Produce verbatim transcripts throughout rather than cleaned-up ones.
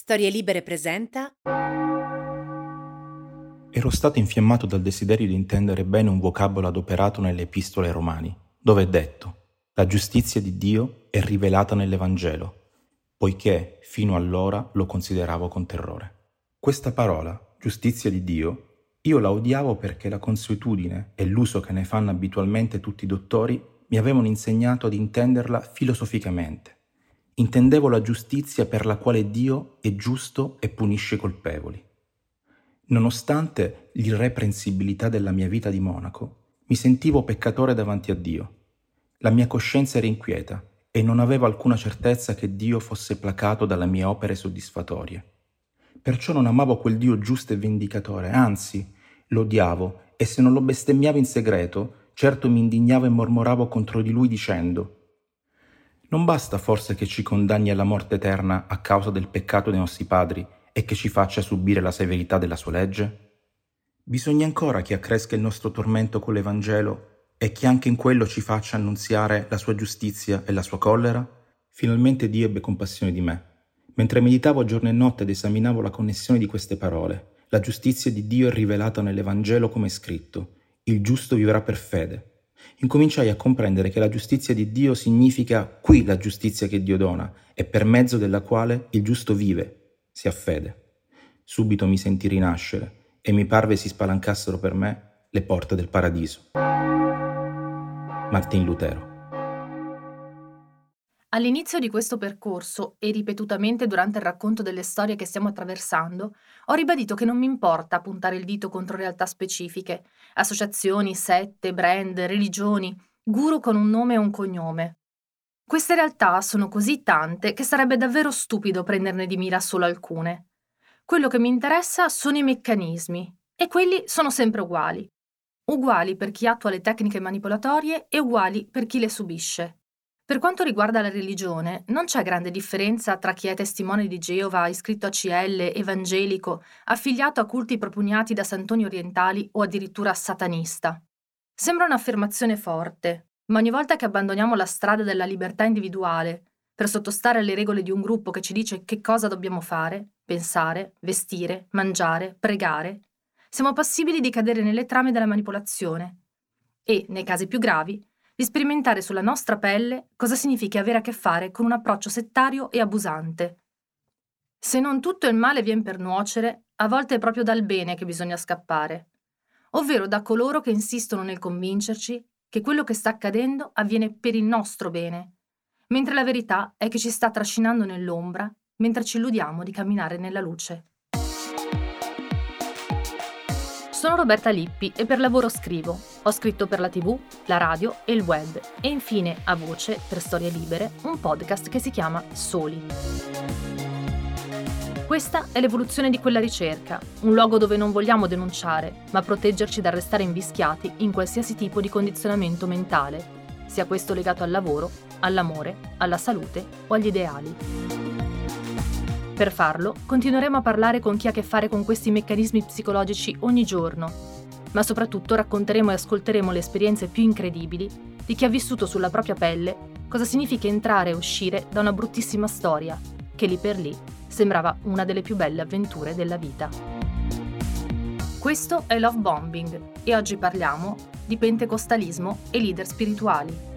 Storie Libere presenta. Ero stato infiammato dal desiderio di intendere bene un vocabolo adoperato nelle epistole ai Romani, dove è detto: la giustizia di Dio è rivelata nell'Evangelo, poiché fino allora lo consideravo con terrore. Questa parola, giustizia di Dio, io la odiavo perché la consuetudine e l'uso che ne fanno abitualmente tutti i dottori mi avevano insegnato ad intenderla filosoficamente. Intendevo la giustizia per la quale Dio è giusto e punisce i colpevoli. Nonostante l'irreprensibilità della mia vita di monaco, mi sentivo peccatore davanti a Dio. La mia coscienza era inquieta e non avevo alcuna certezza che Dio fosse placato dalle mie opere soddisfatorie. Perciò non amavo quel Dio giusto e vendicatore, anzi, lo odiavo, e se non lo bestemmiavo in segreto, certo mi indignavo e mormoravo contro di lui dicendo: non basta forse che ci condanni alla morte eterna a causa del peccato dei nostri padri e che ci faccia subire la severità della sua legge? Bisogna ancora che accresca il nostro tormento con l'Evangelo e che anche in quello ci faccia annunziare la sua giustizia e la sua collera? Finalmente Dio ebbe compassione di me. Mentre meditavo giorno e notte ed esaminavo la connessione di queste parole, la giustizia di Dio è rivelata nell'Evangelo come è scritto: il giusto vivrà per fede. Incominciai a comprendere che la giustizia di Dio significa qui la giustizia che Dio dona e per mezzo della quale il giusto vive, se ha fede. Subito mi sentii rinascere e mi parve si spalancassero per me le porte del paradiso. Martin Lutero. All'inizio di questo percorso e ripetutamente durante il racconto delle storie che stiamo attraversando, ho ribadito che non mi importa puntare il dito contro realtà specifiche, associazioni, sette, brand, religioni, guru con un nome e un cognome. Queste realtà sono così tante che sarebbe davvero stupido prenderne di mira solo alcune. Quello che mi interessa sono i meccanismi, e quelli sono sempre uguali. Uguali per chi attua le tecniche manipolatorie e uguali per chi le subisce. Per quanto riguarda la religione, non c'è grande differenza tra chi è testimone di Geova, iscritto a C L, evangelico, affiliato a culti propugnati da santoni orientali o addirittura satanista. Sembra un'affermazione forte, ma ogni volta che abbandoniamo la strada della libertà individuale per sottostare alle regole di un gruppo che ci dice che cosa dobbiamo fare, pensare, vestire, mangiare, pregare, siamo passibili di cadere nelle trame della manipolazione e, nei casi più gravi, di sperimentare sulla nostra pelle cosa significa avere a che fare con un approccio settario e abusante. Se non tutto il male viene per nuocere, a volte è proprio dal bene che bisogna scappare, ovvero da coloro che insistono nel convincerci che quello che sta accadendo avviene per il nostro bene, mentre la verità è che ci sta trascinando nell'ombra mentre ci illudiamo di camminare nella luce. Sono Roberta Lippi e per lavoro scrivo. Ho scritto per la tivù, la radio e il web e infine a voce, per Storie Libere, un podcast che si chiama Soli. Questa è l'evoluzione di quella ricerca, un luogo dove non vogliamo denunciare, ma proteggerci dal restare invischiati in qualsiasi tipo di condizionamento mentale, sia questo legato al lavoro, all'amore, alla salute o agli ideali. Per farlo, continueremo a parlare con chi ha a che fare con questi meccanismi psicologici ogni giorno, ma soprattutto racconteremo e ascolteremo le esperienze più incredibili di chi ha vissuto sulla propria pelle cosa significa entrare e uscire da una bruttissima storia, che lì per lì sembrava una delle più belle avventure della vita. Questo è Love Bombing e oggi parliamo di pentecostalismo e leader spirituali.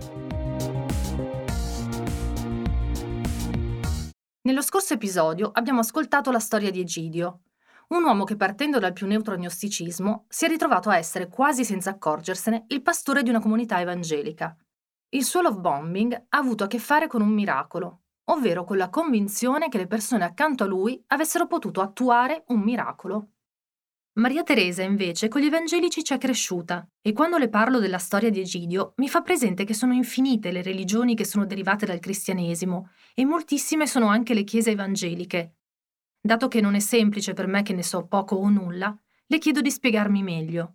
Nello scorso episodio abbiamo ascoltato la storia di Egidio, un uomo che partendo dal più neutro agnosticismo si è ritrovato a essere quasi senza accorgersene il pastore di una comunità evangelica. Il suo love bombing ha avuto a che fare con un miracolo, ovvero con la convinzione che le persone accanto a lui avessero potuto attuare un miracolo. Maria Teresa invece con gli evangelici ci è cresciuta e quando le parlo della storia di Egidio mi fa presente che sono infinite le religioni che sono derivate dal cristianesimo e moltissime sono anche le chiese evangeliche. Dato che non è semplice per me che ne so poco o nulla, le chiedo di spiegarmi meglio.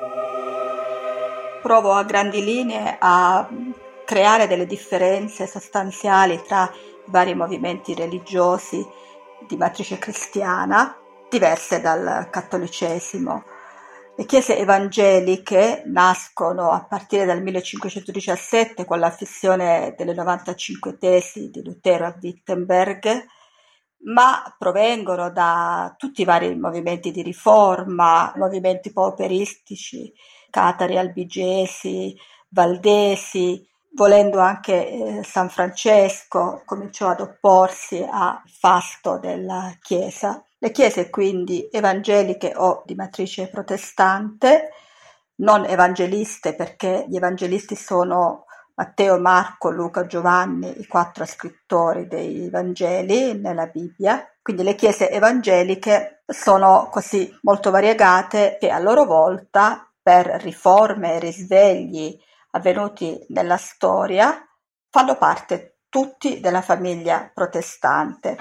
Provo a grandi linee a creare delle differenze sostanziali tra i vari movimenti religiosi di matrice cristiana, diverse dal cattolicesimo. Le chiese evangeliche nascono a partire dal millecinquecentodiciassette con la fissione delle novantacinque tesi di Lutero a Wittenberg ma provengono da tutti i vari movimenti di riforma, movimenti pauperistici, catari, albigesi, valdesi, volendo anche eh, San Francesco cominciò ad opporsi al fasto della Chiesa. Le chiese quindi evangeliche o di matrice protestante, non evangeliste perché gli evangelisti sono Matteo, Marco, Luca, Giovanni, i quattro scrittori dei Vangeli nella Bibbia. Quindi le chiese evangeliche sono così molto variegate che a loro volta, per riforme e risvegli avvenuti nella storia, fanno parte tutti della famiglia protestante.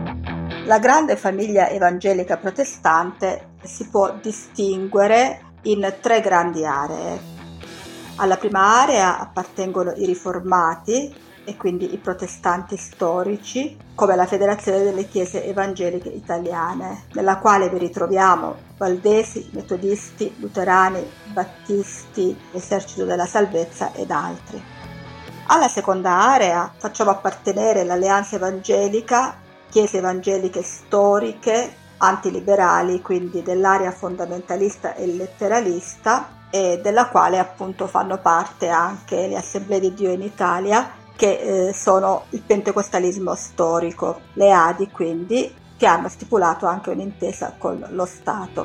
La grande famiglia evangelica protestante si può distinguere in tre grandi aree. Alla prima area appartengono i riformati e quindi i protestanti storici, come la Federazione delle Chiese Evangeliche Italiane, nella quale vi ritroviamo valdesi, metodisti, luterani, battisti, Esercito della Salvezza ed altri. Alla seconda area facciamo appartenere l'Alleanza Evangelica, Chiese Evangeliche Storiche, antiliberali, quindi dell'area fondamentalista e letteralista, e della quale appunto fanno parte anche le Assemblee di Dio in Italia, che eh, sono il pentecostalismo storico, le A D I quindi, che hanno stipulato anche un'intesa con lo Stato.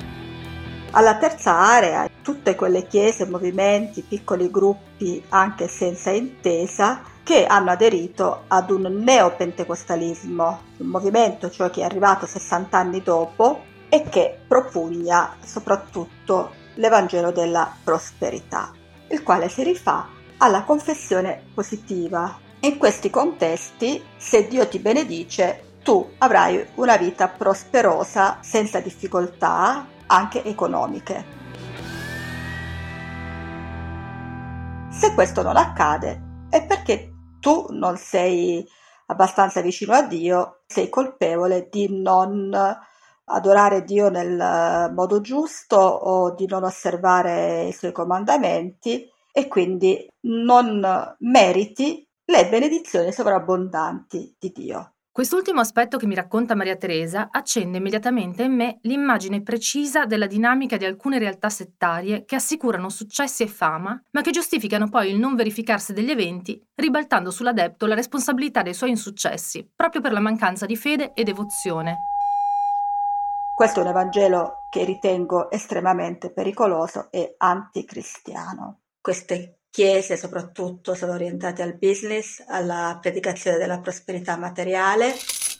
Alla terza area, tutte quelle chiese, movimenti, piccoli gruppi, anche senza intesa, che hanno aderito ad un neopentecostalismo, un movimento cioè che è arrivato sessanta anni dopo e che propugna soprattutto l'Evangelo della prosperità, il quale si rifà alla confessione positiva. In questi contesti, se Dio ti benedice, tu avrai una vita prosperosa senza difficoltà, anche economiche. Se questo non accade, è perché tu non sei abbastanza vicino a Dio, sei colpevole di non adorare Dio nel modo giusto o di non osservare i suoi comandamenti e quindi non meriti le benedizioni sovrabbondanti di Dio. Quest'ultimo aspetto che mi racconta Maria Teresa accende immediatamente in me l'immagine precisa della dinamica di alcune realtà settarie che assicurano successi e fama, ma che giustificano poi il non verificarsi degli eventi, ribaltando sull'adepto la responsabilità dei suoi insuccessi, proprio per la mancanza di fede e devozione. Questo è un Evangelo che ritengo estremamente pericoloso e anticristiano. Queste chiese soprattutto sono orientate al business, alla predicazione della prosperità materiale.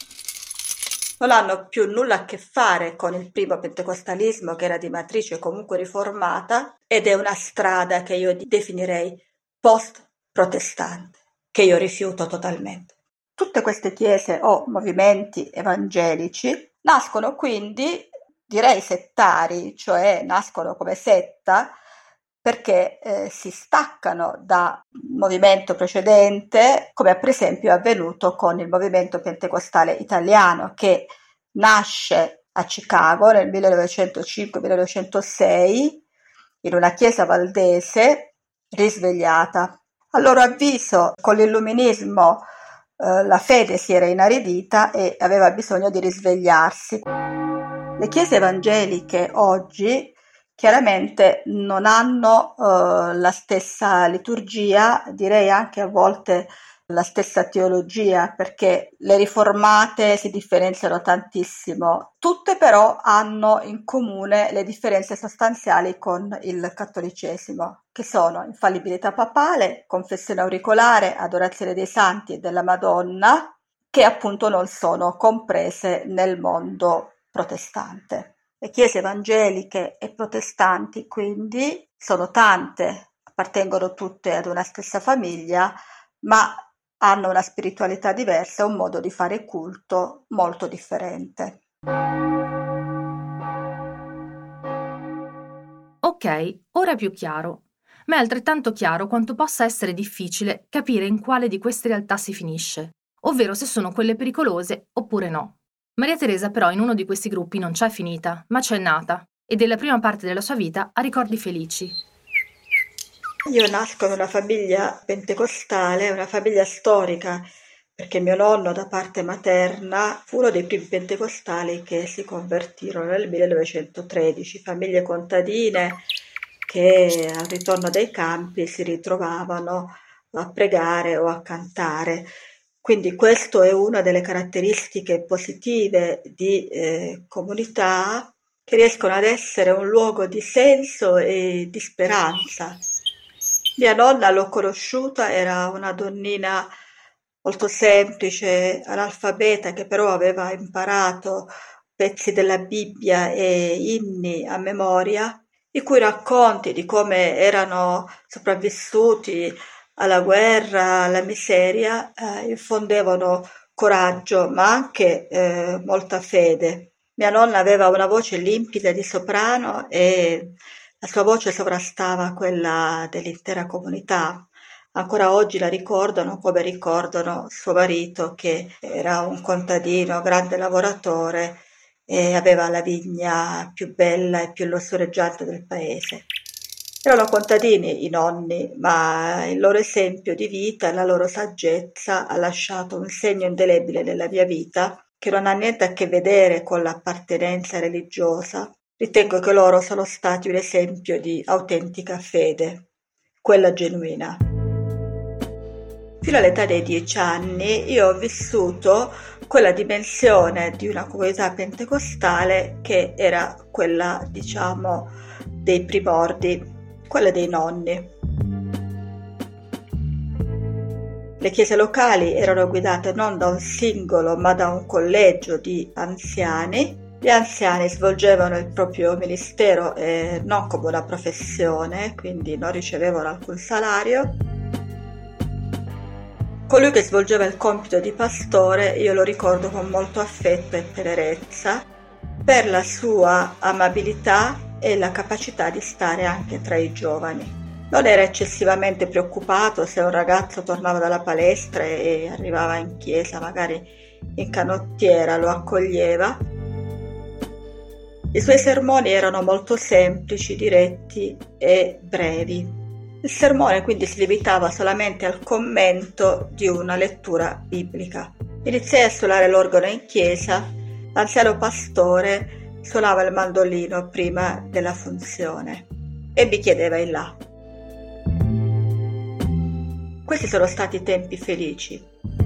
Non hanno più nulla a che fare con il primo pentecostalismo, che era di matrice comunque riformata, ed è una strada che io definirei post-protestante, che io rifiuto totalmente. Tutte queste chiese o movimenti evangelici nascono quindi, direi settari, cioè nascono come setta, perché eh, si staccano dal movimento precedente, come per esempio è avvenuto con il movimento pentecostale italiano, che nasce a Chicago nel millenovecentocinque millenovecentosei in una chiesa valdese risvegliata. A loro avviso, con l'illuminismo eh, la fede si era inaridita e aveva bisogno di risvegliarsi. Le chiese evangeliche oggi chiaramente non hanno eh, la stessa liturgia, direi anche a volte la stessa teologia, perché le riformate si differenziano tantissimo. Tutte però hanno in comune le differenze sostanziali con il cattolicesimo, che sono infallibilità papale, confessione auricolare, adorazione dei santi e della Madonna, che appunto non sono comprese nel mondo protestante. Le chiese evangeliche e protestanti quindi sono tante, appartengono tutte ad una stessa famiglia, ma hanno una spiritualità diversa e un modo di fare culto molto differente. Ok, ora è più chiaro, ma è altrettanto chiaro quanto possa essere difficile capire in quale di queste realtà si finisce, ovvero se sono quelle pericolose oppure no. Maria Teresa però in uno di questi gruppi non c'è finita, ma c'è nata, e della prima parte della sua vita ha ricordi felici. Io nasco in una famiglia pentecostale, una famiglia storica perché mio nonno da parte materna fu uno dei primi pentecostali che si convertirono nel millenovecentotredici, famiglie contadine che al ritorno dai campi si ritrovavano a pregare o a cantare. Quindi questo è una delle caratteristiche positive di eh, comunità che riescono ad essere un luogo di senso e di speranza. Mia nonna l'ho conosciuta, era una donnina molto semplice, analfabeta, che però aveva imparato pezzi della Bibbia e inni a memoria, i cui racconti di come erano sopravvissuti alla guerra, alla miseria, eh, infondevano coraggio, ma anche eh, molta fede. Mia nonna aveva una voce limpida di soprano e la sua voce sovrastava quella dell'intera comunità. Ancora oggi la ricordano come ricordano suo marito, che era un contadino, grande lavoratore e aveva la vigna più bella e più lussureggiante del paese. Erano contadini i nonni, ma il loro esempio di vita e la loro saggezza ha lasciato un segno indelebile nella mia vita che non ha niente a che vedere con l'appartenenza religiosa. Ritengo che loro sono stati un esempio di autentica fede, quella genuina. Fino all'età dei dieci anni io ho vissuto quella dimensione di una comunità pentecostale che era quella, diciamo, dei primordi, quella dei nonni. Le chiese locali erano guidate non da un singolo ma da un collegio di anziani. Gli anziani svolgevano il proprio ministero eh, non come una professione, quindi non ricevevano alcun salario. Colui che svolgeva il compito di pastore io lo ricordo con molto affetto e tenerezza per la sua amabilità e la capacità di stare anche tra i giovani. Non era eccessivamente preoccupato se un ragazzo tornava dalla palestra e arrivava in chiesa, magari in canottiera, lo accoglieva. I suoi sermoni erano molto semplici, diretti e brevi. Il sermone quindi si limitava solamente al commento di una lettura biblica. Iniziai a suonare l'organo in chiesa, l'anziano pastore suonava il mandolino prima della funzione e mi chiedeva in là. Questi sono stati tempi felici.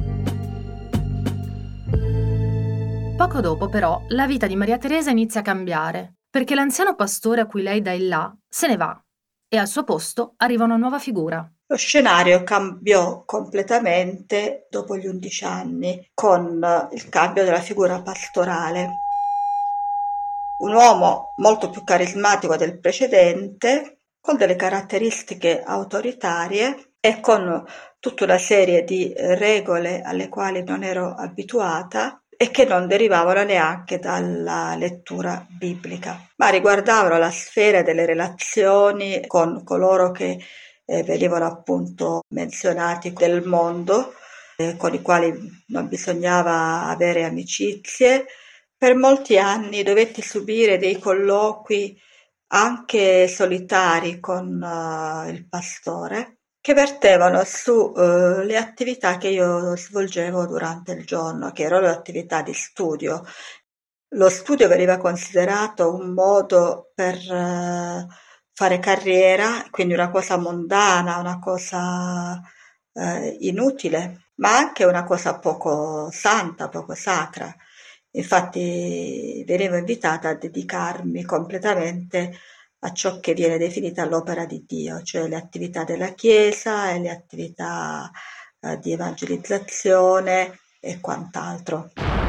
Poco dopo, però, la vita di Maria Teresa inizia a cambiare, perché l'anziano pastore a cui lei dà il là se ne va e al suo posto arriva una nuova figura. Lo scenario cambiò completamente dopo gli undici anni, con il cambio della figura pastorale. Un uomo molto più carismatico del precedente, con delle caratteristiche autoritarie e con tutta una serie di regole alle quali non ero abituata e che non derivavano neanche dalla lettura biblica, ma riguardavano la sfera delle relazioni con coloro che eh, venivano appunto menzionati del mondo, eh, con i quali non bisognava avere amicizie. Per molti anni dovetti subire dei colloqui anche solitari con uh, il pastore, che vertevano su uh, le attività che io svolgevo durante il giorno, che erano le attività di studio. Lo studio veniva considerato un modo per uh, fare carriera, quindi una cosa mondana, una cosa uh, inutile, ma anche una cosa poco santa, poco sacra. Infatti venivo invitata a dedicarmi completamente a ciò che viene definita l'opera di Dio, cioè le attività della Chiesa e le attività eh, di evangelizzazione e quant'altro.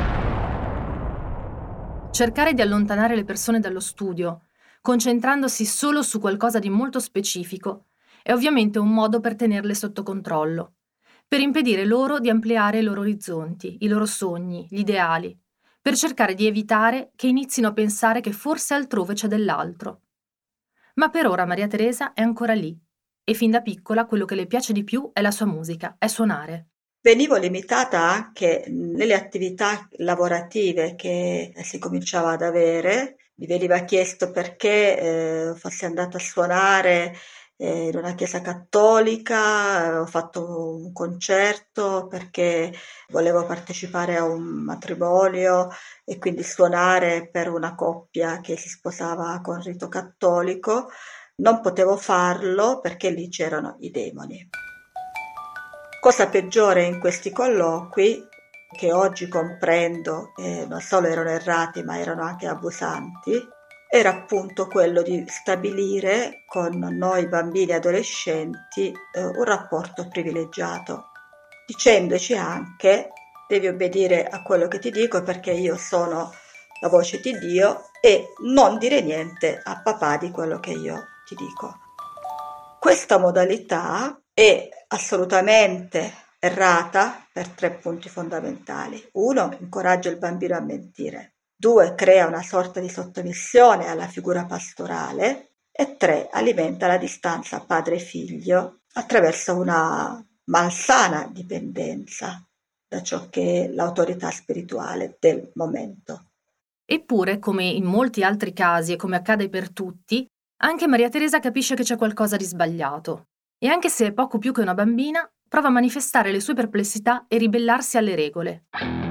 Cercare di allontanare le persone dallo studio, concentrandosi solo su qualcosa di molto specifico, è ovviamente un modo per tenerle sotto controllo, per impedire loro di ampliare i loro orizzonti, i loro sogni, gli ideali, per cercare di evitare che inizino a pensare che forse altrove c'è dell'altro. Ma per ora Maria Teresa è ancora lì e fin da piccola quello che le piace di più è la sua musica, è suonare. Venivo limitata anche nelle attività lavorative che si cominciava ad avere. Mi veniva chiesto perché eh, fossi andata a suonare eh, in una chiesa cattolica, ho fatto un concerto perché volevo partecipare a un matrimonio e quindi suonare per una coppia che si sposava con rito cattolico. Non potevo farlo perché lì c'erano i demoni. Cosa peggiore in questi colloqui, che oggi comprendo eh, non solo erano errati ma erano anche abusanti, era appunto quello di stabilire con noi bambini e adolescenti eh, un rapporto privilegiato, dicendoci anche devi obbedire a quello che ti dico perché io sono la voce di Dio e non dire niente a papà di quello che io ti dico. Questa modalità è assolutamente errata per tre punti fondamentali. Uno, incoraggia il bambino a mentire. Due, crea una sorta di sottomissione alla figura pastorale. E tre, alimenta la distanza padre-figlio attraverso una malsana dipendenza da ciò che è l'autorità spirituale del momento. Eppure, come in molti altri casi e come accade per tutti, anche Maria Teresa capisce che c'è qualcosa di sbagliato. E anche se è poco più che una bambina, prova a manifestare le sue perplessità e ribellarsi alle regole.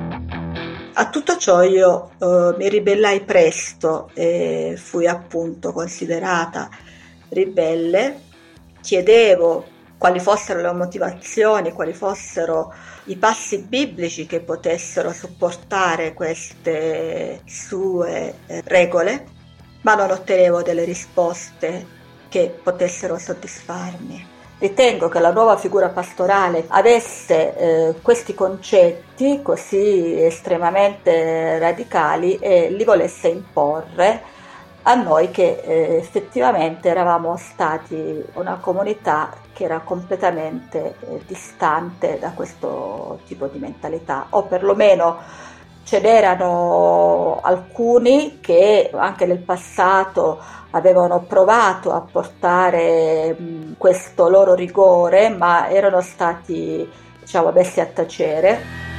A tutto ciò io eh, mi ribellai presto e fui appunto considerata ribelle, chiedevo quali fossero le motivazioni, quali fossero i passi biblici che potessero supportare queste sue eh, regole, ma non ottenevo delle risposte che potessero soddisfarmi. Ritengo che la nuova figura pastorale avesse eh, questi concetti così estremamente radicali e li volesse imporre a noi che eh, effettivamente eravamo stati una comunità che era completamente eh, distante da questo tipo di mentalità, o perlomeno ce n'erano alcuni che anche nel passato avevano provato a portare mh, questo loro rigore, ma erano stati, diciamo, messi a tacere.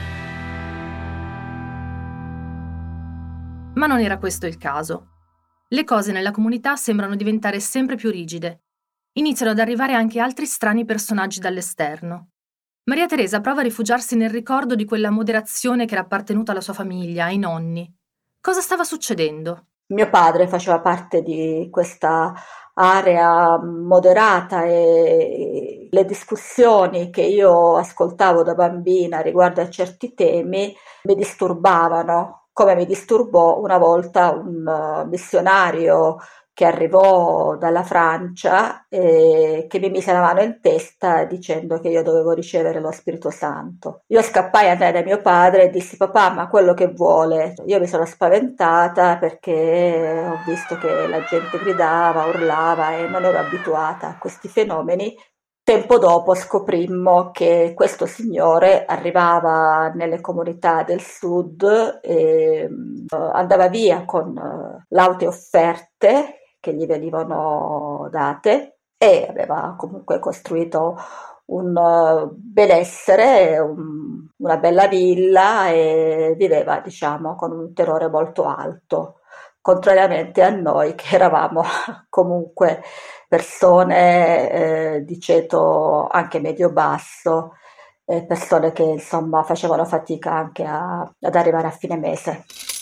Ma non era questo il caso. Le cose nella comunità sembrano diventare sempre più rigide. Iniziano ad arrivare anche altri strani personaggi dall'esterno. Maria Teresa prova a rifugiarsi nel ricordo di quella moderazione che era appartenuta alla sua famiglia, ai nonni. Cosa stava succedendo? Mio padre faceva parte di questa area moderata e le discussioni che io ascoltavo da bambina riguardo a certi temi mi disturbavano, come mi disturbò una volta un missionario che arrivò dalla Francia e che mi mise la mano in testa dicendo che io dovevo ricevere lo Spirito Santo. Io scappai, andai da mio padre e dissi: papà, ma quello che vuole? Io mi sono spaventata perché ho visto che la gente gridava, urlava e non ero abituata a questi fenomeni. Tempo dopo scoprimmo che questo signore arrivava nelle comunità del sud e uh, andava via con uh, laute offerte che gli venivano date e aveva comunque costruito un uh, benessere, un, una bella villa e viveva, diciamo, con un terrore molto alto, contrariamente a noi che eravamo comunque persone eh, di ceto anche medio-basso, eh, persone che insomma facevano fatica anche a, ad arrivare a fine mese.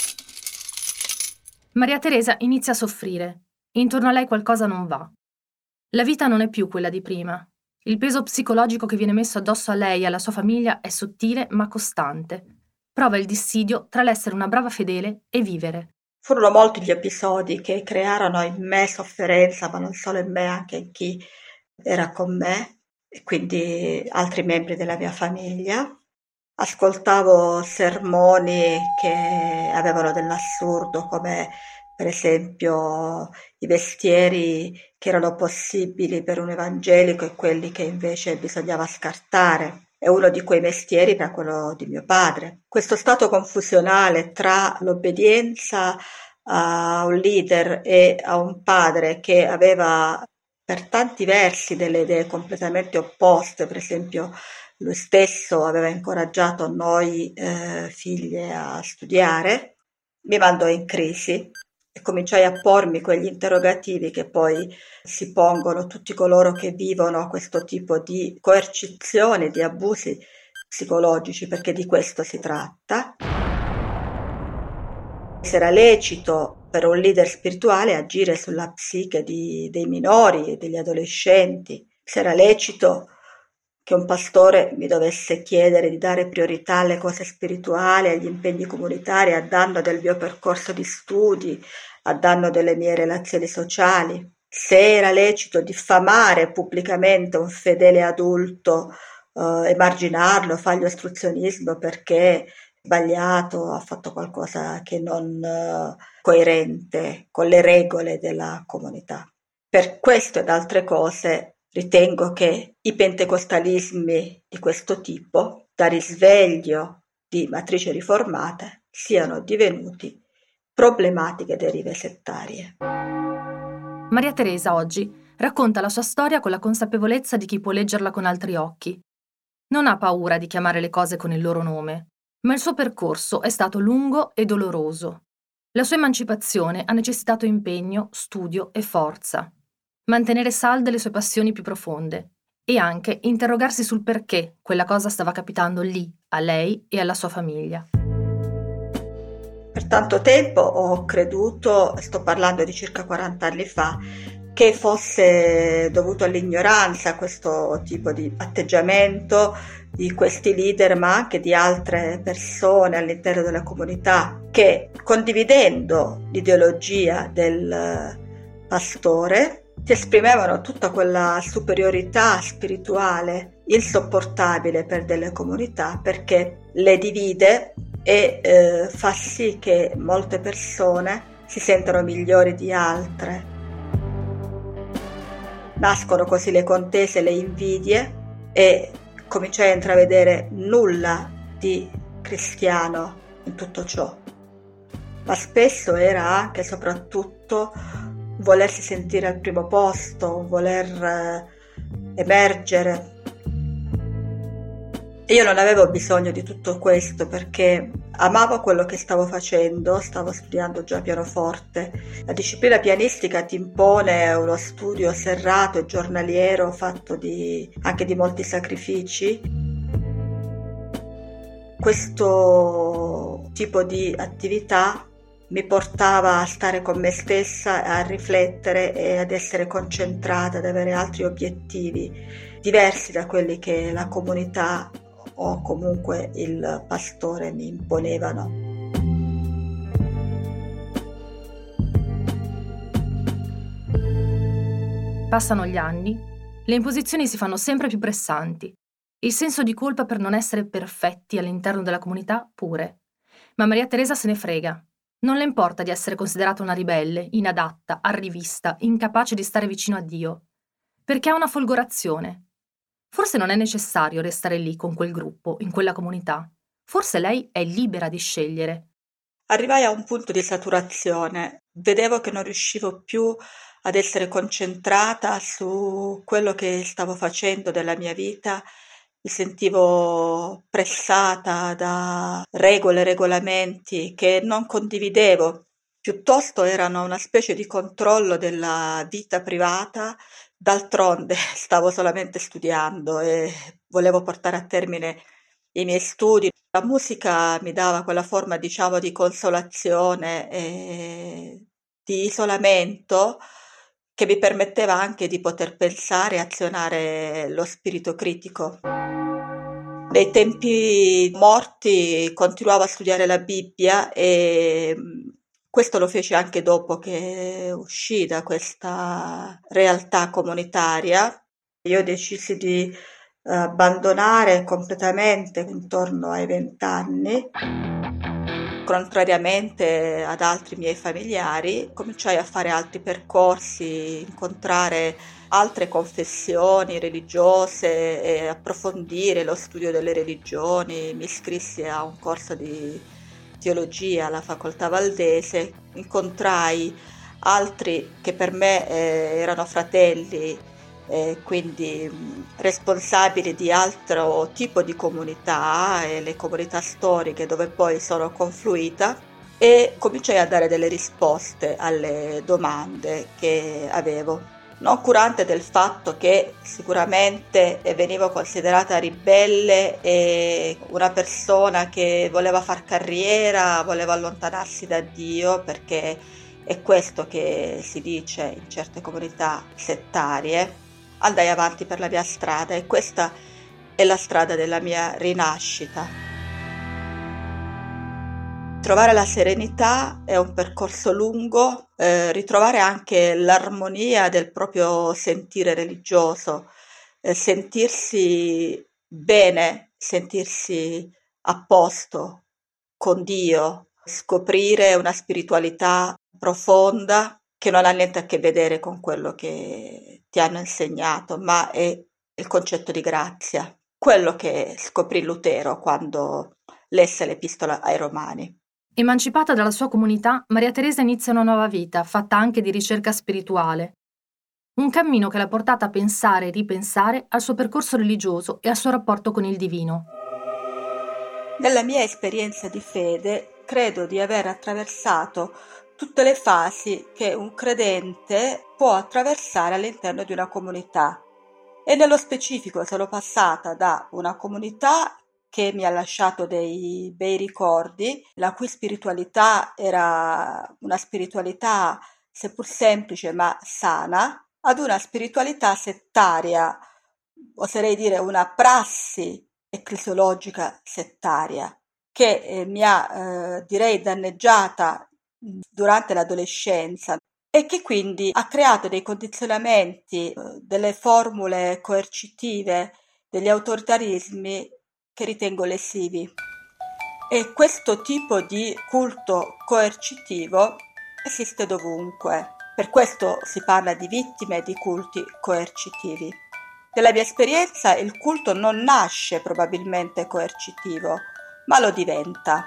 Maria Teresa inizia a soffrire. Intorno a lei qualcosa non va. La vita non è più quella di prima. Il peso psicologico che viene messo addosso a lei e alla sua famiglia è sottile ma costante. Prova il dissidio tra l'essere una brava fedele e vivere. Furono molti gli episodi che crearono in me sofferenza, ma non solo in me, anche in chi era con me, e quindi altri membri della mia famiglia. Ascoltavo sermoni che avevano dell'assurdo, come per esempio i vestieri che erano possibili per un evangelico e quelli che invece bisognava scartare. E uno di quei mestieri era quello di mio padre. Questo stato confusionale tra l'obbedienza a un leader e a un padre che aveva per tanti versi delle idee completamente opposte, per esempio lui stesso aveva incoraggiato noi eh, figlie a studiare, mi mandò in crisi e cominciai a pormi quegli interrogativi che poi si pongono tutti coloro che vivono questo tipo di coercizione, di abusi psicologici, perché di questo si tratta. Se era lecito per un leader spirituale agire sulla psiche di, dei minori e degli adolescenti, se era lecito che un pastore mi dovesse chiedere di dare priorità alle cose spirituali, agli impegni comunitari, a danno del mio percorso di studi, a danno delle mie relazioni sociali, se era lecito diffamare pubblicamente un fedele adulto, eh, emarginarlo, fargli ostruzionismo perché sbagliato, ha fatto qualcosa che non uh, coerente con le regole della comunità. Per questo ed altre cose ritengo che i pentecostalismi di questo tipo, da risveglio di matrici riformate, siano divenuti problematiche derive settarie. Maria Teresa oggi racconta la sua storia con la consapevolezza di chi può leggerla con altri occhi. Non ha paura di chiamare le cose con il loro nome, ma il suo percorso è stato lungo e doloroso. La sua emancipazione ha necessitato impegno, studio e forza. Mantenere salde le sue passioni più profonde e anche interrogarsi sul perché quella cosa stava capitando lì, a lei e alla sua famiglia. Per tanto tempo ho creduto, sto parlando di circa quaranta anni fa, che fosse dovuto all'ignoranza questo tipo di atteggiamento di questi leader, ma anche di altre persone all'interno della comunità che, condividendo l'ideologia del pastore, ti esprimevano tutta quella superiorità spirituale insopportabile per delle comunità, perché le divide e eh, fa sì che molte persone si sentano migliori di altre. Nascono così le contese, le invidie, e cominciai a intravedere nulla di cristiano in tutto ciò, ma spesso era anche e soprattutto volersi sentire al primo posto, voler eh, emergere. E io non avevo bisogno di tutto questo, perché amavo quello che stavo facendo, stavo studiando già pianoforte. La disciplina pianistica ti impone uno studio serrato e giornaliero, fatto di, anche di molti sacrifici. Questo tipo di attività mi portava a stare con me stessa, a riflettere e ad essere concentrata, ad avere altri obiettivi diversi da quelli che la comunità o comunque il pastore mi imponevano. Passano gli anni, le imposizioni si fanno sempre più pressanti, il senso di colpa per non essere perfetti all'interno della comunità pure. Ma Maria Teresa se ne frega. Non le importa di essere considerata una ribelle, inadatta, arrivista, incapace di stare vicino a Dio, perché ha una folgorazione. Forse non è necessario restare lì con quel gruppo, in quella comunità. Forse lei è libera di scegliere. Arrivai a un punto di saturazione. Vedevo che non riuscivo più ad essere concentrata su quello che stavo facendo della mia vita. Mi sentivo pressata da regole e regolamenti che non condividevo. Piuttosto erano una specie di controllo della vita privata. D'altronde stavo solamente studiando e volevo portare a termine i miei studi. La musica mi dava quella forma, diciamo, di consolazione e di isolamento che mi permetteva anche di poter pensare e azionare lo spirito critico. Nei tempi morti continuavo a studiare la Bibbia e questo lo feci anche dopo che uscì da questa realtà comunitaria. Io decisi di abbandonare completamente intorno ai vent'anni. Contrariamente ad altri miei familiari, cominciai a fare altri percorsi, incontrare altre confessioni religiose e approfondire lo studio delle religioni. Mi iscrissi a un corso di teologia alla facoltà Valdese, incontrai altri che per me eh, erano fratelli, eh, quindi mh, responsabili di altro tipo di comunità, e le comunità storiche dove poi sono confluita, e cominciai a dare delle risposte alle domande che avevo, non curante del fatto che sicuramente venivo considerata ribelle e una persona che voleva far carriera, voleva allontanarsi da Dio, perché è questo che si dice in certe comunità settarie. Andai avanti per la mia strada e questa è la strada della mia rinascita. Trovare la serenità è un percorso lungo, eh, ritrovare anche l'armonia del proprio sentire religioso, eh, sentirsi bene, sentirsi a posto con Dio, scoprire una spiritualità profonda che non ha niente a che vedere con quello che ti hanno insegnato, ma è il concetto di grazia, quello che scoprì Lutero quando lesse l'Epistola ai Romani. Emancipata dalla sua comunità, Maria Teresa inizia una nuova vita, fatta anche di ricerca spirituale. Un cammino che l'ha portata a pensare e ripensare al suo percorso religioso e al suo rapporto con il divino. Nella mia esperienza di fede, credo di aver attraversato tutte le fasi che un credente può attraversare all'interno di una comunità. E nello specifico sono passata da una comunità che mi ha lasciato dei bei ricordi, la cui spiritualità era una spiritualità seppur semplice ma sana, ad una spiritualità settaria, oserei dire una prassi ecclesiologica settaria, che eh, mi ha, eh, direi, danneggiata durante l'adolescenza e che quindi ha creato dei condizionamenti, eh, delle formule coercitive, degli autoritarismi che ritengo lesivi. E questo tipo di culto coercitivo esiste dovunque. Per questo si parla di vittime di culti coercitivi. Nella mia esperienza il culto non nasce probabilmente coercitivo, ma lo diventa.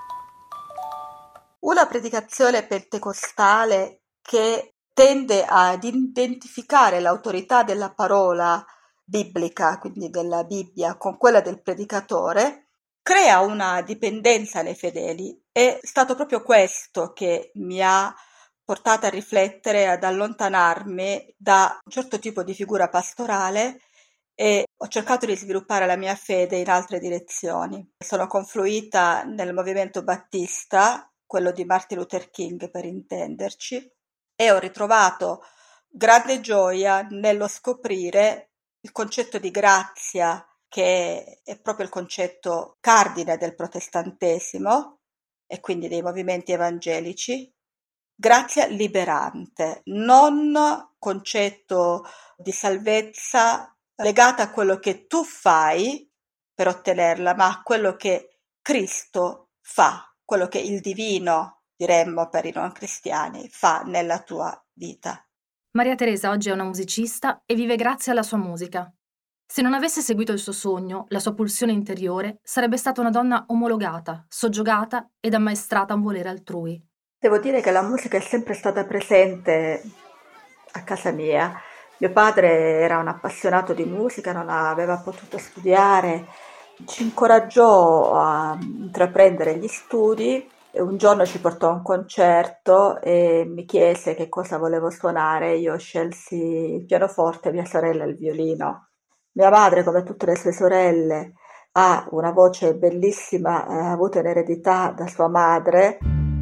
Una predicazione pentecostale che tende ad identificare l'autorità della parola biblica, quindi della Bibbia, con quella del predicatore, crea una dipendenza nei fedeli. È stato proprio questo che mi ha portata a riflettere, ad allontanarmi da un certo tipo di figura pastorale e ho cercato di sviluppare la mia fede in altre direzioni. Sono confluita nel movimento battista, quello di Martin Luther King per intenderci, e ho ritrovato grande gioia nello scoprire il concetto di grazia, che è proprio il concetto cardine del protestantesimo e quindi dei movimenti evangelici, grazia liberante, non concetto di salvezza legata a quello che tu fai per ottenerla, ma a quello che Cristo fa, quello che il divino, diremmo per i non cristiani, fa nella tua vita. Maria Teresa oggi è una musicista e vive grazie alla sua musica. Se non avesse seguito il suo sogno, la sua pulsione interiore, sarebbe stata una donna omologata, soggiogata ed ammaestrata a un volere altrui. Devo dire che la musica è sempre stata presente a casa mia. Mio padre era un appassionato di musica, non aveva potuto studiare, ci incoraggiò a intraprendere gli studi. E un giorno ci portò a un concerto e mi chiese che cosa volevo suonare. Io scelsi il pianoforte, mia sorella il violino. Mia madre, come tutte le sue sorelle, ha una voce bellissima, eh, avuta in eredità da sua madre.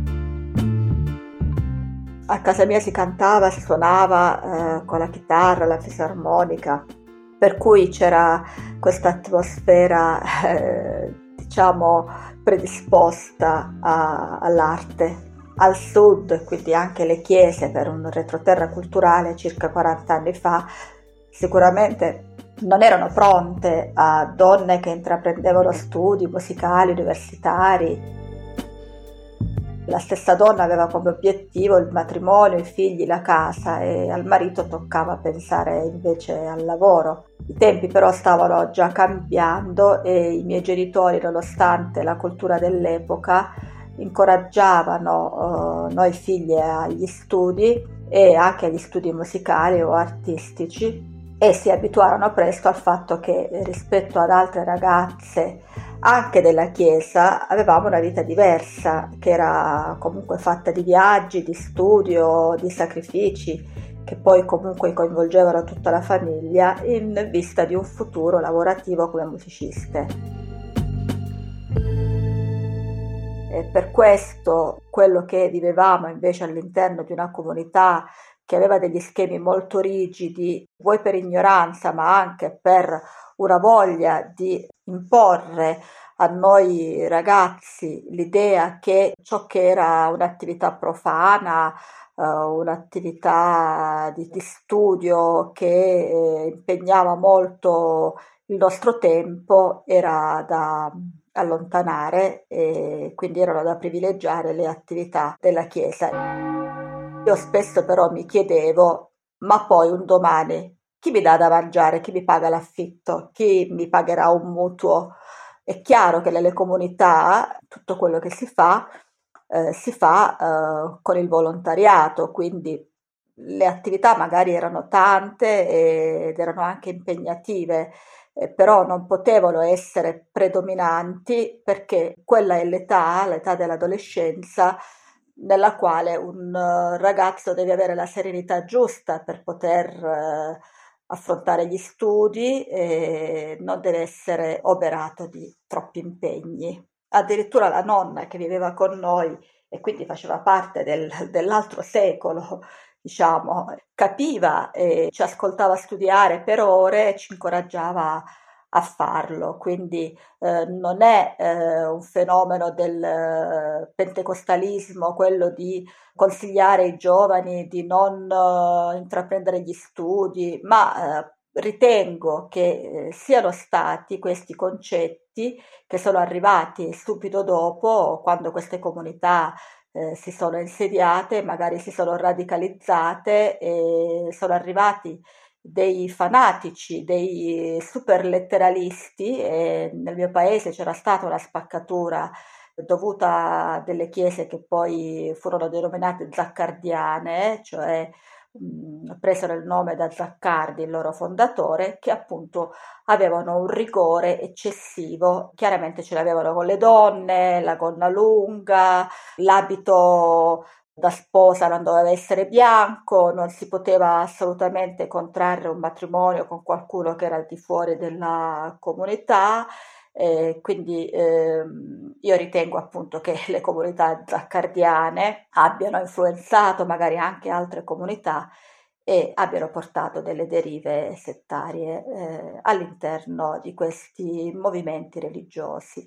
A casa mia si cantava, si suonava eh, con la chitarra, la fisarmonica, per cui c'era questa atmosfera, eh, diciamo, predisposta a, all'arte. Al sud, quindi anche le chiese, per un retroterra culturale circa quaranta anni fa, sicuramente non erano pronte a donne che intraprendevano studi musicali, universitari. La stessa donna aveva come obiettivo il matrimonio, i figli, la casa, e al marito toccava pensare invece al lavoro. I tempi però stavano già cambiando e i miei genitori, nonostante la cultura dell'epoca, incoraggiavano eh, noi figli agli studi e anche agli studi musicali o artistici, e si abituarono presto al fatto che rispetto ad altre ragazze anche della chiesa avevamo una vita diversa, che era comunque fatta di viaggi, di studio, di sacrifici, che poi comunque coinvolgevano tutta la famiglia in vista di un futuro lavorativo come musiciste. E per questo quello che vivevamo invece all'interno di una comunità che aveva degli schemi molto rigidi, vuoi per ignoranza ma anche per una voglia di imporre a noi ragazzi l'idea che ciò che era un'attività profana, uh, un'attività di, di studio che eh, impegnava molto il nostro tempo era da allontanare e quindi erano da privilegiare le attività della Chiesa. Io spesso però mi chiedevo, ma poi un domani chi mi dà da mangiare, chi mi paga l'affitto, chi mi pagherà un mutuo? È chiaro che nelle comunità tutto quello che si fa eh, si fa eh, con il volontariato, quindi le attività magari erano tante ed erano anche impegnative, eh, però non potevano essere predominanti perché quella è l'età, l'età dell'adolescenza, nella quale un uh, ragazzo deve avere la serenità giusta per poter uh, affrontare gli studi e non deve essere oberato di troppi impegni. Addirittura la nonna che viveva con noi e quindi faceva parte del, dell'altro secolo, diciamo, capiva e ci ascoltava studiare per ore e ci incoraggiava a farlo, quindi eh, non è eh, un fenomeno del eh, pentecostalismo quello di consigliare ai giovani di non uh, intraprendere gli studi, ma eh, ritengo che eh, siano stati questi concetti che sono arrivati subito dopo, quando queste comunità eh, si sono insediate, magari si sono radicalizzate e sono arrivati dei fanatici, dei super letteralisti, e nel mio paese c'era stata una spaccatura dovuta a delle chiese che poi furono denominate zaccardiane, cioè mh, presero il nome da Zaccardi, il loro fondatore, che appunto avevano un rigore eccessivo. Chiaramente ce l'avevano con le donne, la gonna lunga, l'abito da sposa non doveva essere bianco, non si poteva assolutamente contrarre un matrimonio con qualcuno che era al di fuori della comunità, eh, quindi ehm, io ritengo appunto che le comunità zaccardiane abbiano influenzato magari anche altre comunità e abbiano portato delle derive settarie eh, all'interno di questi movimenti religiosi.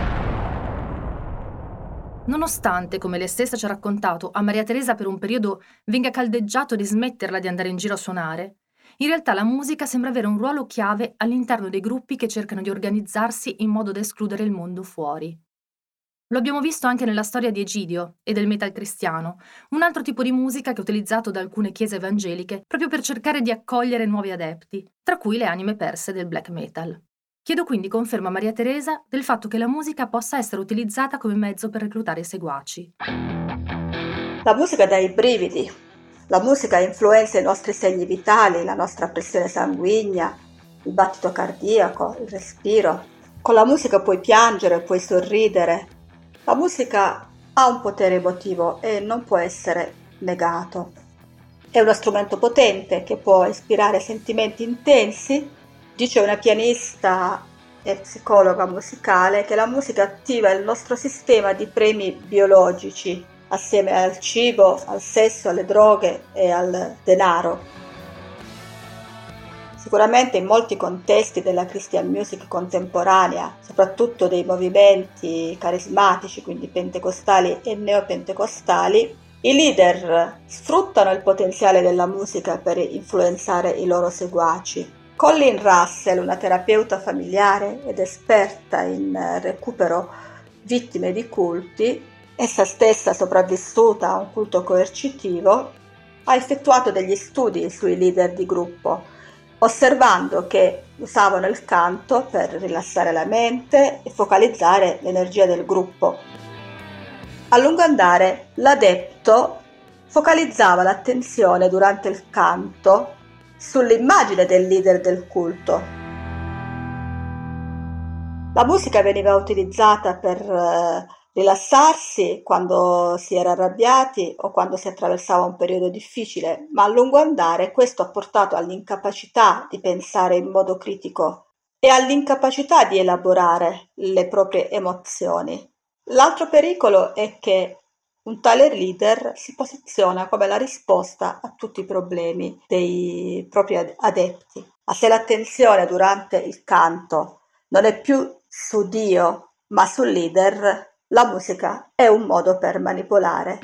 Nonostante, come lei stessa ci ha raccontato, a Maria Teresa per un periodo venga caldeggiato di smetterla di andare in giro a suonare, in realtà la musica sembra avere un ruolo chiave all'interno dei gruppi che cercano di organizzarsi in modo da escludere il mondo fuori. Lo abbiamo visto anche nella storia di Egidio e del metal cristiano, un altro tipo di musica che è utilizzato da alcune chiese evangeliche proprio per cercare di accogliere nuovi adepti, tra cui le anime perse del black metal. Chiedo quindi conferma a Maria Teresa del fatto che la musica possa essere utilizzata come mezzo per reclutare seguaci. La musica dà i brividi, la musica influenza i nostri segni vitali, la nostra pressione sanguigna, il battito cardiaco, il respiro. Con la musica puoi piangere, puoi sorridere. La musica ha un potere emotivo e non può essere negato. È uno strumento potente che può ispirare sentimenti intensi. Dice una pianista e psicologa musicale che la musica attiva il nostro sistema di premi biologici assieme al cibo, al sesso, alle droghe e al denaro. Sicuramente in molti contesti della Christian music contemporanea, soprattutto dei movimenti carismatici, quindi pentecostali e neopentecostali, i leader sfruttano il potenziale della musica per influenzare i loro seguaci. Colleen Russell, una terapeuta familiare ed esperta in recupero vittime di culti, essa stessa sopravvissuta a un culto coercitivo, ha effettuato degli studi sui leader di gruppo, osservando che usavano il canto per rilassare la mente e focalizzare l'energia del gruppo. A lungo andare, l'adepto focalizzava l'attenzione durante il canto sull'immagine del leader del culto. La musica veniva utilizzata per eh, rilassarsi quando si era arrabbiati o quando si attraversava un periodo difficile, ma a lungo andare questo ha portato all'incapacità di pensare in modo critico e all'incapacità di elaborare le proprie emozioni. L'altro pericolo è che un tale leader si posiziona come la risposta a tutti i problemi dei propri adepti. Ma se l'attenzione durante il canto non è più su Dio, ma sul leader, la musica è un modo per manipolare.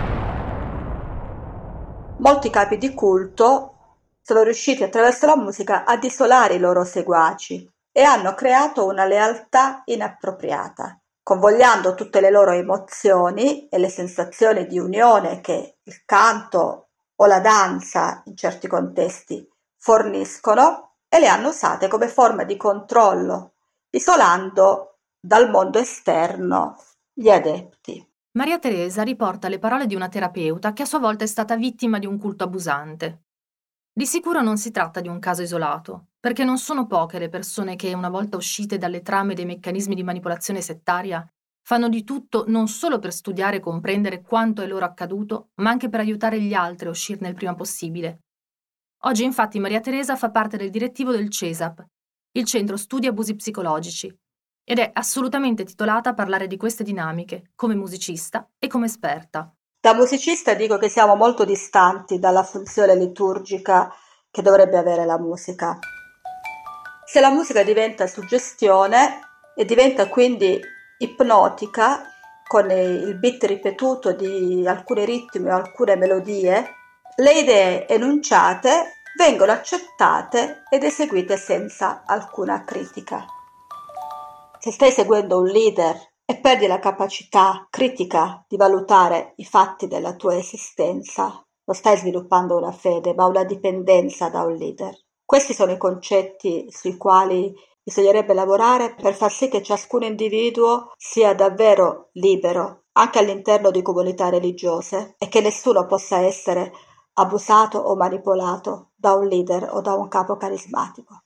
Molti capi di culto sono riusciti attraverso la musica ad isolare i loro seguaci e hanno creato una lealtà inappropriata, convogliando tutte le loro emozioni e le sensazioni di unione che il canto o la danza in certi contesti forniscono e le hanno usate come forma di controllo, isolando dal mondo esterno gli adepti. Maria Teresa riporta le parole di una terapeuta che a sua volta è stata vittima di un culto abusante. Di sicuro non si tratta di un caso isolato, perché non sono poche le persone che, una volta uscite dalle trame dei meccanismi di manipolazione settaria, fanno di tutto non solo per studiare e comprendere quanto è loro accaduto, ma anche per aiutare gli altri a uscirne il prima possibile. Oggi infatti Maria Teresa fa parte del direttivo del CESAP, il Centro Studi Abusi Psicologici, ed è assolutamente titolata a parlare di queste dinamiche, come musicista e come esperta. Da musicista dico che siamo molto distanti dalla funzione liturgica che dovrebbe avere la musica. Se la musica diventa suggestione e diventa quindi ipnotica, con il beat ripetuto di alcuni ritmi o alcune melodie, le idee enunciate vengono accettate ed eseguite senza alcuna critica. Se stai seguendo un leader e perdi la capacità critica di valutare i fatti della tua esistenza, non stai sviluppando una fede, ma una dipendenza da un leader. Questi sono i concetti sui quali bisognerebbe lavorare per far sì che ciascun individuo sia davvero libero, anche all'interno di comunità religiose, e che nessuno possa essere abusato o manipolato da un leader o da un capo carismatico.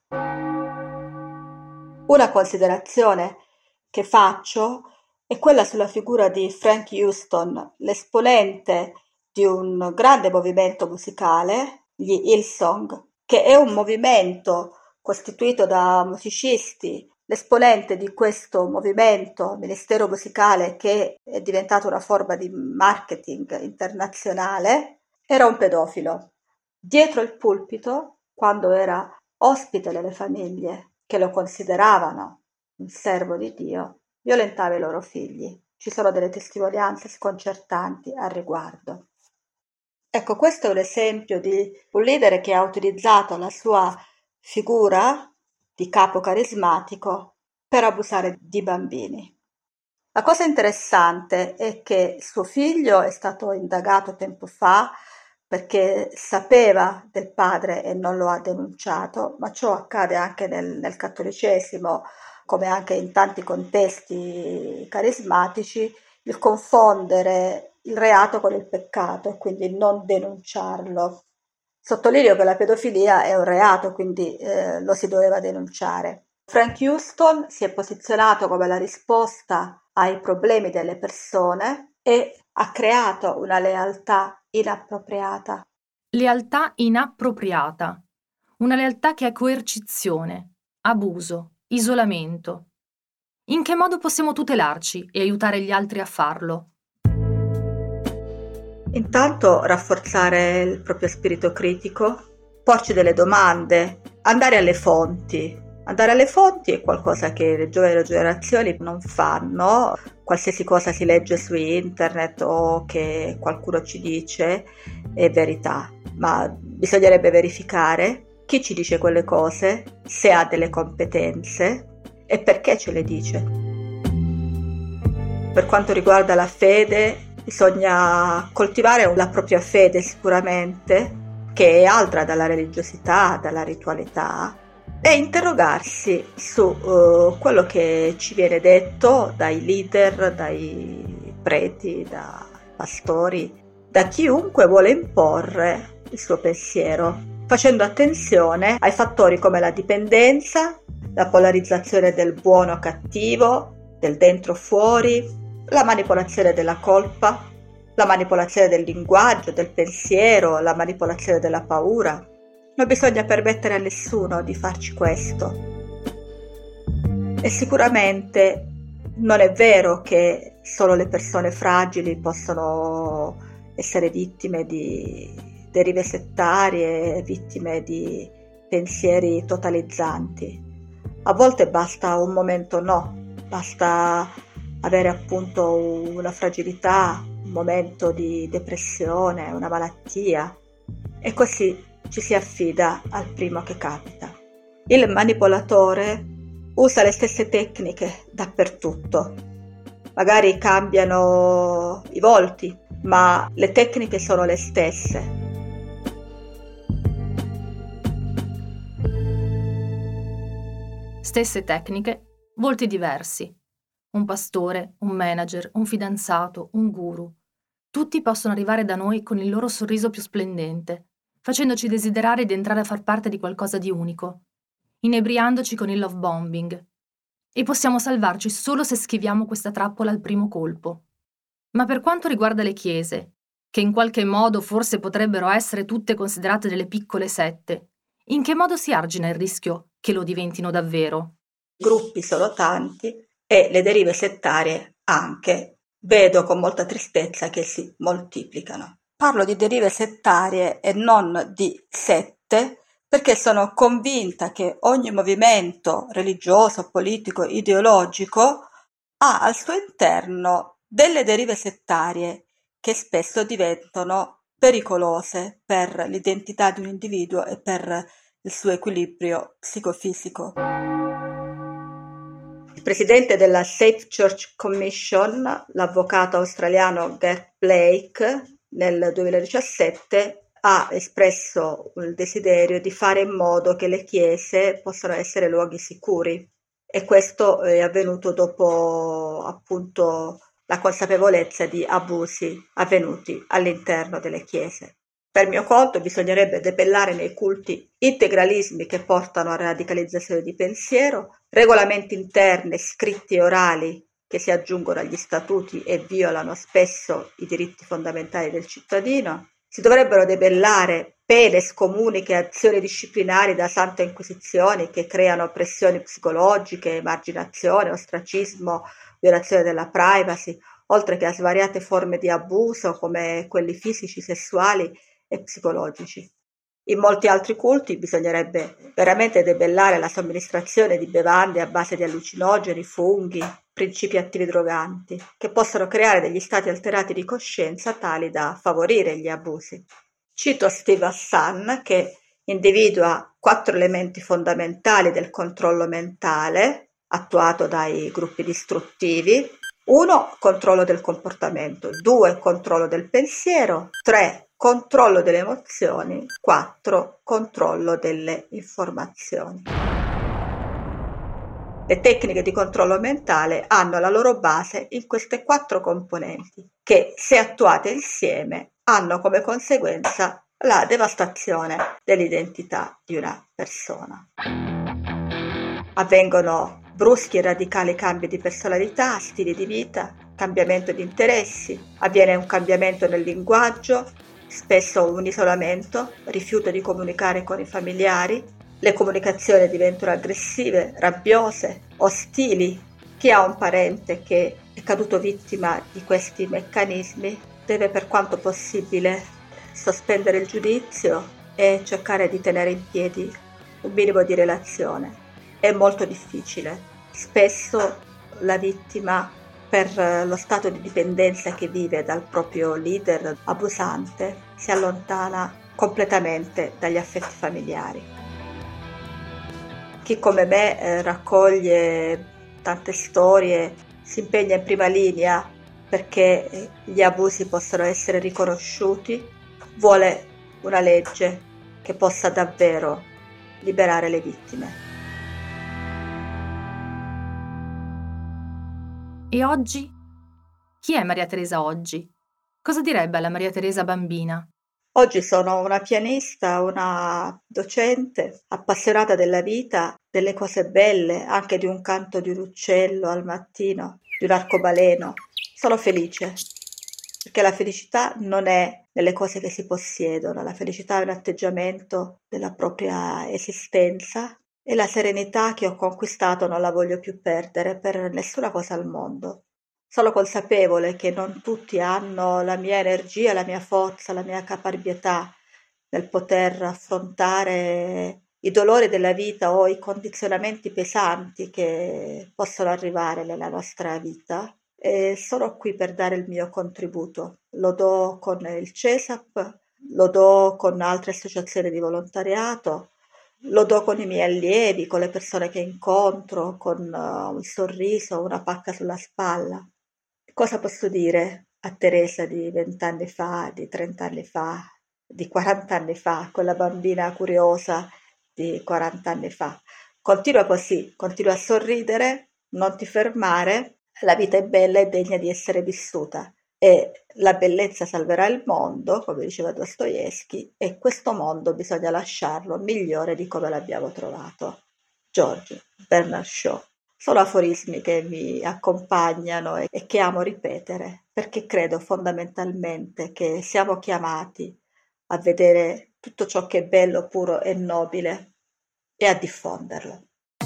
Una considerazione che faccio è quella sulla figura di Frank Houston, l'esponente di un grande movimento musicale, gli Hillsong, che è un movimento costituito da musicisti. L'esponente di questo movimento, ministero musicale, che è diventato una forma di marketing internazionale, era un pedofilo. Dietro il pulpito, quando era ospite delle famiglie che lo consideravano un servo di Dio, violentava i loro figli. Ci sono delle testimonianze sconcertanti al riguardo. Ecco, questo è un esempio di un leader che ha utilizzato la sua figura di capo carismatico per abusare di bambini. La cosa interessante è che suo figlio è stato indagato tempo fa perché sapeva del padre e non lo ha denunciato, ma ciò accade anche nel, nel cattolicesimo, come anche in tanti contesti carismatici, il confondere il reato con il peccato e quindi non denunciarlo. Sottolineo che la pedofilia è un reato, quindi eh, lo si doveva denunciare. Frank Houston si è posizionato come la risposta ai problemi delle persone e ha creato una lealtà inappropriata. Lealtà inappropriata. Una lealtà che è coercizione, abuso, isolamento. In che modo possiamo tutelarci e aiutare gli altri a farlo? Intanto rafforzare il proprio spirito critico, porci delle domande, andare alle fonti. Andare alle fonti è qualcosa che le giovani generazioni non fanno. Qualsiasi cosa si legge su internet o che qualcuno ci dice è verità, ma bisognerebbe verificare chi ci dice quelle cose, se ha delle competenze e perché ce le dice. Per quanto riguarda la fede, bisogna coltivare la propria fede sicuramente, che è altra dalla religiosità, dalla ritualità, e interrogarsi su uh, quello che ci viene detto dai leader, dai preti, dai pastori, da chiunque vuole imporre il suo pensiero. facendo attenzione ai fattori come la dipendenza, la polarizzazione del buono cattivo, del dentro fuori, la manipolazione della colpa, la manipolazione del linguaggio, del pensiero, la manipolazione della paura. Non bisogna permettere a nessuno di farci questo. E sicuramente non è vero che solo le persone fragili possono essere vittime di derive settarie, vittime di pensieri totalizzanti. A volte basta un momento no, basta avere appunto una fragilità, un momento di depressione, una malattia, e così ci si affida al primo che capita. Il manipolatore usa le stesse tecniche dappertutto. Magari cambiano i volti, ma le tecniche sono le stesse. Stesse tecniche, volti diversi. Un pastore, un manager, un fidanzato, un guru. Tutti possono arrivare da noi con il loro sorriso più splendente, facendoci desiderare di entrare a far parte di qualcosa di unico, inebriandoci con il love bombing. E possiamo salvarci solo se schiviamo questa trappola al primo colpo. Ma per quanto riguarda le chiese, che in qualche modo forse potrebbero essere tutte considerate delle piccole sette, in che modo si argina il rischio che lo diventino davvero? I gruppi sono tanti e le derive settarie anche. Vedo con molta tristezza che si moltiplicano. Parlo di derive settarie e non di sette perché sono convinta che ogni movimento religioso, politico, ideologico ha al suo interno delle derive settarie che spesso diventano pericolose per l'identità di un individuo e per il suo equilibrio psicofisico. Il presidente della Safe Church Commission, l'avvocato australiano Gert Blake, nel duemiladiciassette ha espresso il desiderio di fare in modo che le chiese possano essere luoghi sicuri, e questo è avvenuto dopo appunto la consapevolezza di abusi avvenuti all'interno delle chiese. Per mio conto bisognerebbe debellare nei culti integralismi che portano a radicalizzazione di pensiero, regolamenti interni, scritti e orali che si aggiungono agli statuti e violano spesso i diritti fondamentali del cittadino. Si dovrebbero debellare pene scomuniche e azioni disciplinari da Santa Inquisizione che creano pressioni psicologiche, emarginazione, ostracismo, violazione della privacy, oltre che a svariate forme di abuso come quelli fisici, sessuali e psicologici. In molti altri culti bisognerebbe veramente debellare la somministrazione di bevande a base di allucinogeni, funghi, principi attivi droganti, che possono creare degli stati alterati di coscienza tali da favorire gli abusi. Cito Steve Hassan, che individua quattro elementi fondamentali del controllo mentale attuato dai gruppi distruttivi. uno Controllo del comportamento, due Controllo del pensiero, tre Controllo delle emozioni, quattro Controllo delle informazioni. Le tecniche di controllo mentale hanno la loro base in queste quattro componenti, che, se attuate insieme, hanno come conseguenza la devastazione dell'identità di una persona. Avvengono bruschi e radicali cambi di personalità, stili di vita, cambiamento di interessi, avviene un cambiamento nel linguaggio, spesso un isolamento, rifiuto di comunicare con i familiari, le comunicazioni diventano aggressive, rabbiose, ostili. Chi ha un parente che è caduto vittima di questi meccanismi deve per quanto possibile sospendere il giudizio e cercare di tenere in piedi un minimo di relazione. È molto difficile. Spesso la vittima, per lo stato di dipendenza che vive dal proprio leader abusante, si allontana completamente dagli affetti familiari. Chi come me eh, raccoglie tante storie, si impegna in prima linea perché gli abusi possano essere riconosciuti, vuole una legge che possa davvero liberare le vittime. E oggi? Chi è Maria Teresa oggi? Cosa direbbe alla Maria Teresa bambina? Oggi sono una pianista, una docente, appassionata della vita, delle cose belle, anche di un canto di un uccello al mattino, di un arcobaleno. Sono felice, perché la felicità non è nelle cose che si possiedono, la felicità è un atteggiamento della propria esistenza e la serenità che ho conquistato non la voglio più perdere per nessuna cosa al mondo. Sono consapevole che non tutti hanno la mia energia, la mia forza, la mia caparbietà nel poter affrontare i dolori della vita o i condizionamenti pesanti che possono arrivare nella nostra vita. E sono qui per dare il mio contributo. Lo do con il CESAP, lo do con altre associazioni di volontariato, lo do con i miei allievi, con le persone che incontro, con uh, un sorriso, una pacca sulla spalla. Cosa posso dire a Teresa di vent'anni fa, di trent'anni fa, di quarant'anni fa, quella bambina curiosa di quarant'anni fa? Continua così, continua a sorridere, non ti fermare, la vita è bella e degna di essere vissuta e la bellezza salverà il mondo, come diceva Dostoevsky, e questo mondo bisogna lasciarlo migliore di come l'abbiamo trovato. George Bernard Shaw. Sono aforismi che mi accompagnano e che amo ripetere, perché credo fondamentalmente che siamo chiamati a vedere tutto ciò che è bello, puro e nobile e a diffonderlo.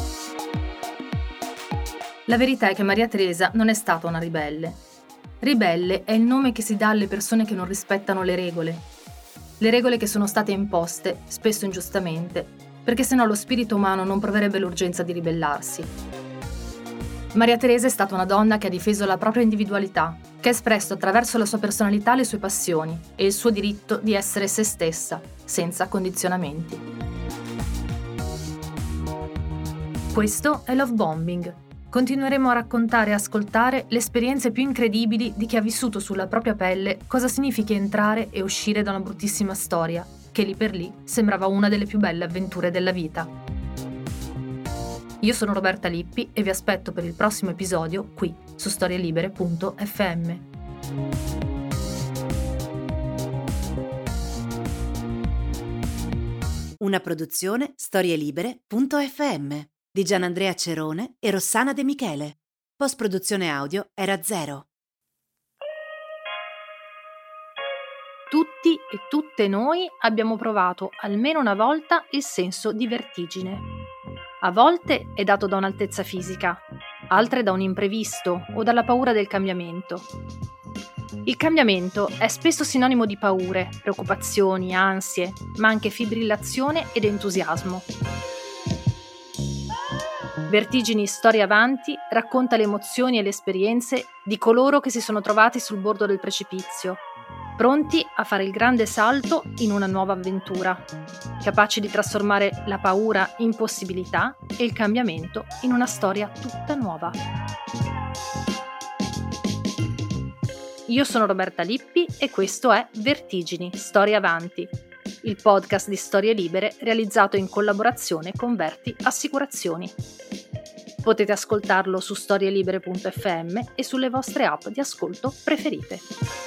La verità è che Maria Teresa non è stata una ribelle. Ribelle è il nome che si dà alle persone che non rispettano le regole. Le regole che sono state imposte, spesso ingiustamente, perché sennò lo spirito umano non proverebbe l'urgenza di ribellarsi. Maria Teresa è stata una donna che ha difeso la propria individualità, che ha espresso attraverso la sua personalità le sue passioni e il suo diritto di essere se stessa, senza condizionamenti. Questo è Love Bombing. Continueremo a raccontare e ascoltare le esperienze più incredibili di chi ha vissuto sulla propria pelle cosa significa entrare e uscire da una bruttissima storia, che lì per lì sembrava una delle più belle avventure della vita. Io sono Roberta Lippi e vi aspetto per il prossimo episodio qui su storielibere punto effe emme. Una produzione storielibere punto effe emme di Gianandrea Cerone e Rossana De Michele. Post-produzione audio era zero. Tutti e tutte noi abbiamo provato almeno una volta il senso di vertigine. A volte è dato da un'altezza fisica, altre da un imprevisto o dalla paura del cambiamento. Il cambiamento è spesso sinonimo di paure, preoccupazioni, ansie, ma anche fibrillazione ed entusiasmo. Vertigini Storie Avanti racconta le emozioni e le esperienze di coloro che si sono trovati sul bordo del precipizio, pronti a fare il grande salto in una nuova avventura, capaci di trasformare la paura in possibilità e il cambiamento in una storia tutta nuova. Io sono Roberta Lippi e questo è Vertigini Storie Avanti, il podcast di storie libere realizzato in collaborazione con Verti Assicurazioni. Potete ascoltarlo su storielibere punto effe emme e sulle vostre app di ascolto preferite.